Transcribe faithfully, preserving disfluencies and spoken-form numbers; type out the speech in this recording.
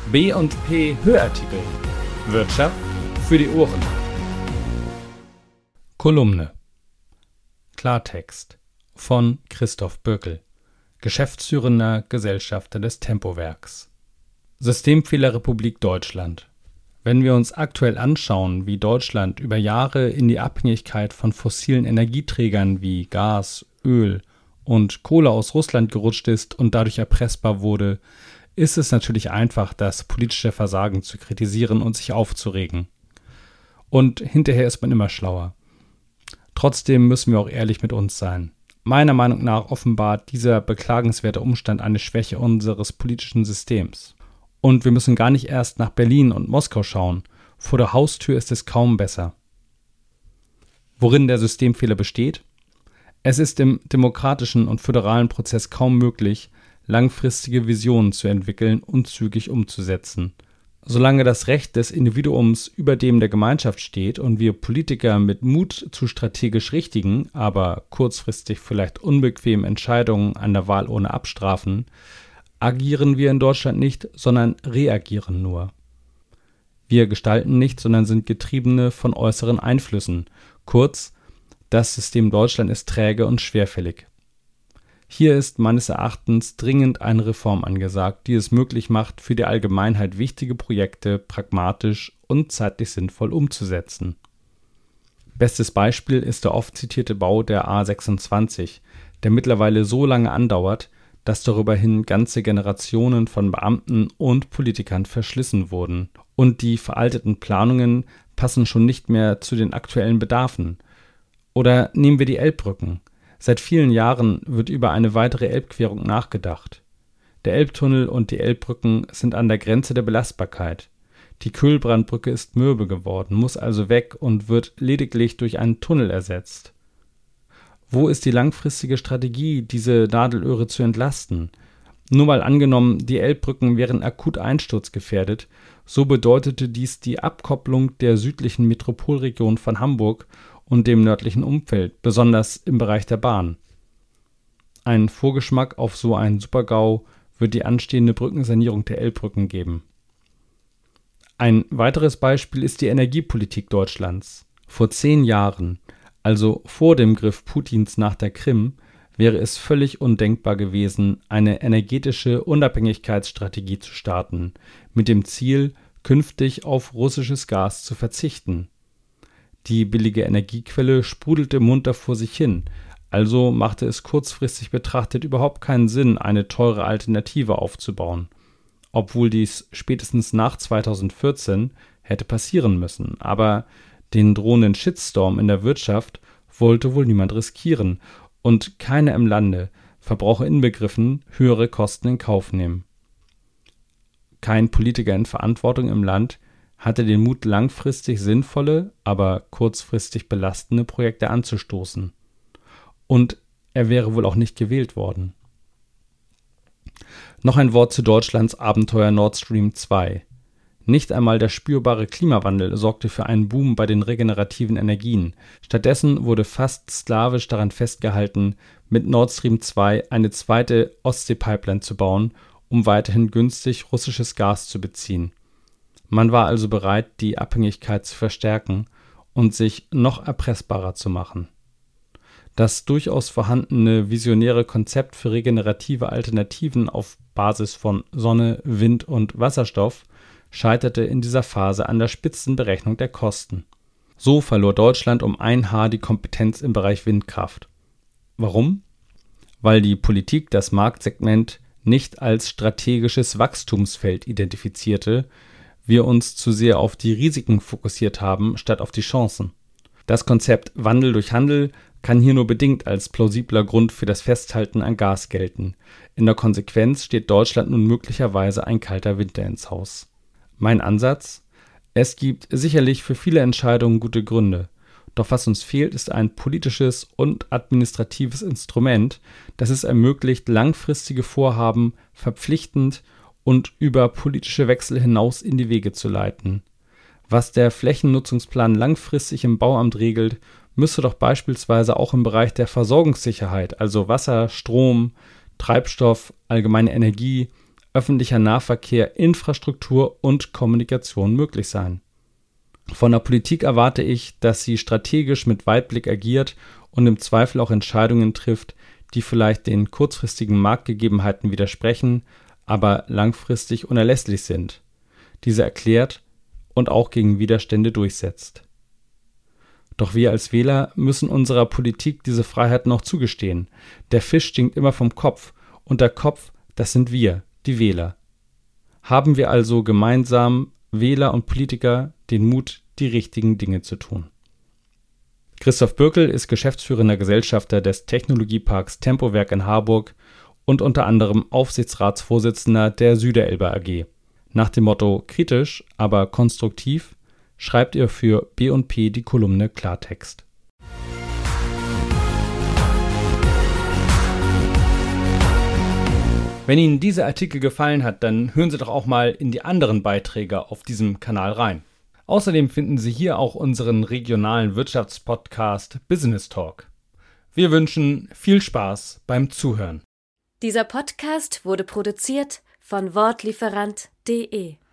B und P Hörartikel. Wirtschaft für die Ohren. Kolumne. Klartext von Christoph Böckel, geschäftsführender Gesellschafter des Tempowerks. Systemfehler Republik Deutschland. Wenn wir uns aktuell anschauen, wie Deutschland über Jahre in die Abhängigkeit von fossilen Energieträgern wie Gas, Öl und Kohle aus Russland gerutscht ist und dadurch erpressbar wurde, ist es natürlich einfach, das politische Versagen zu kritisieren und sich aufzuregen. Und hinterher ist man immer schlauer. Trotzdem müssen wir auch ehrlich mit uns sein. Meiner Meinung nach offenbart dieser beklagenswerte Umstand eine Schwäche unseres politischen Systems. Und wir müssen gar nicht erst nach Berlin und Moskau schauen. Vor der Haustür ist es kaum besser. Worin der Systemfehler besteht? Es ist im demokratischen und föderalen Prozess kaum möglich, langfristige Visionen zu entwickeln und zügig umzusetzen. Solange das Recht des Individuums über dem der Gemeinschaft steht und wir Politiker mit Mut zu strategisch richtigen, aber kurzfristig vielleicht unbequemen Entscheidungen an der Wahl ohne abstrafen, agieren wir in Deutschland nicht, sondern reagieren nur. Wir gestalten nicht, sondern sind Getriebene von äußeren Einflüssen. Kurz, das System Deutschland ist träge und schwerfällig. Hier ist meines Erachtens dringend eine Reform angesagt, die es möglich macht, für die Allgemeinheit wichtige Projekte pragmatisch und zeitlich sinnvoll umzusetzen. Bestes Beispiel ist der oft zitierte Bau der A sechsundzwanzig, der mittlerweile so lange andauert, dass darüber hin ganze Generationen von Beamten und Politikern verschlissen wurden. Und die veralteten Planungen passen schon nicht mehr zu den aktuellen Bedarfen. Oder nehmen wir die Elbbrücken. Seit vielen Jahren wird über eine weitere Elbquerung nachgedacht. Der Elbtunnel und die Elbbrücken sind an der Grenze der Belastbarkeit. Die Kühlbrandbrücke ist mürbe geworden, muss also weg und wird lediglich durch einen Tunnel ersetzt. Wo ist die langfristige Strategie, diese Nadelöhre zu entlasten? Nur mal angenommen, die Elbbrücken wären akut einsturzgefährdet, so bedeutete dies die Abkopplung der südlichen Metropolregion von Hamburg und dem nördlichen Umfeld, besonders im Bereich der Bahn. Einen Vorgeschmack auf so einen Super-GAU wird die anstehende Brückensanierung der Elbbrücken geben. Ein weiteres Beispiel ist die Energiepolitik Deutschlands. Vor zehn Jahren, also vor dem Griff Putins nach der Krim, wäre es völlig undenkbar gewesen, eine energetische Unabhängigkeitsstrategie zu starten, mit dem Ziel, künftig auf russisches Gas zu verzichten. Die billige Energiequelle sprudelte munter vor sich hin, also machte es kurzfristig betrachtet überhaupt keinen Sinn, eine teure Alternative aufzubauen. Obwohl dies spätestens nach zweitausendvierzehn hätte passieren müssen, aber den drohenden Shitstorm in der Wirtschaft wollte wohl niemand riskieren und keiner im Lande, Verbraucher inbegriffen, höhere Kosten in Kauf nehmen. Kein Politiker in Verantwortung im Land hatte den Mut, langfristig sinnvolle, aber kurzfristig belastende Projekte anzustoßen. Und er wäre wohl auch nicht gewählt worden. Noch ein Wort zu Deutschlands Abenteuer Nord Stream zwei. Nicht einmal der spürbare Klimawandel sorgte für einen Boom bei den regenerativen Energien. Stattdessen wurde fast sklavisch daran festgehalten, mit Nord Stream zwei eine zweite Ostsee-Pipeline zu bauen, um weiterhin günstig russisches Gas zu beziehen. Man war also bereit, die Abhängigkeit zu verstärken und sich noch erpressbarer zu machen. Das durchaus vorhandene visionäre Konzept für regenerative Alternativen auf Basis von Sonne, Wind und Wasserstoff scheiterte in dieser Phase an der Spitzenberechnung der Kosten. So verlor Deutschland um ein Haar die Kompetenz im Bereich Windkraft. Warum? Weil die Politik das Marktsegment nicht als strategisches Wachstumsfeld identifizierte, wir uns zu sehr auf die Risiken fokussiert haben, statt auf die Chancen. Das Konzept Wandel durch Handel kann hier nur bedingt als plausibler Grund für das Festhalten an Gas gelten. In der Konsequenz steht Deutschland nun möglicherweise ein kalter Winter ins Haus. Mein Ansatz? Es gibt sicherlich für viele Entscheidungen gute Gründe. Doch was uns fehlt, ist ein politisches und administratives Instrument, das es ermöglicht, langfristige Vorhaben verpflichtend und über politische Wechsel hinaus in die Wege zu leiten. Was der Flächennutzungsplan langfristig im Bauamt regelt, müsste doch beispielsweise auch im Bereich der Versorgungssicherheit, also Wasser, Strom, Treibstoff, allgemeine Energie, öffentlicher Nahverkehr, Infrastruktur und Kommunikation möglich sein. Von der Politik erwarte ich, dass sie strategisch mit Weitblick agiert und im Zweifel auch Entscheidungen trifft, die vielleicht den kurzfristigen Marktgegebenheiten widersprechen, aber langfristig unerlässlich sind, diese erklärt und auch gegen Widerstände durchsetzt. Doch wir als Wähler müssen unserer Politik diese Freiheit noch zugestehen. Der Fisch stinkt immer vom Kopf und der Kopf, das sind wir, die Wähler. Haben wir also gemeinsam, Wähler und Politiker, den Mut, die richtigen Dinge zu tun. Christoph Bürkel ist geschäftsführender Gesellschafter des Technologieparks Tempowerk in Harburg und unter anderem Aufsichtsratsvorsitzender der Süderelbe A G. Nach dem Motto kritisch, aber konstruktiv schreibt ihr für B und P die Kolumne Klartext. Wenn Ihnen dieser Artikel gefallen hat, dann hören Sie doch auch mal in die anderen Beiträge auf diesem Kanal rein. Außerdem finden Sie hier auch unseren regionalen Wirtschaftspodcast Business Talk. Wir wünschen viel Spaß beim Zuhören. Dieser Podcast wurde produziert von Wortlieferant punkt de.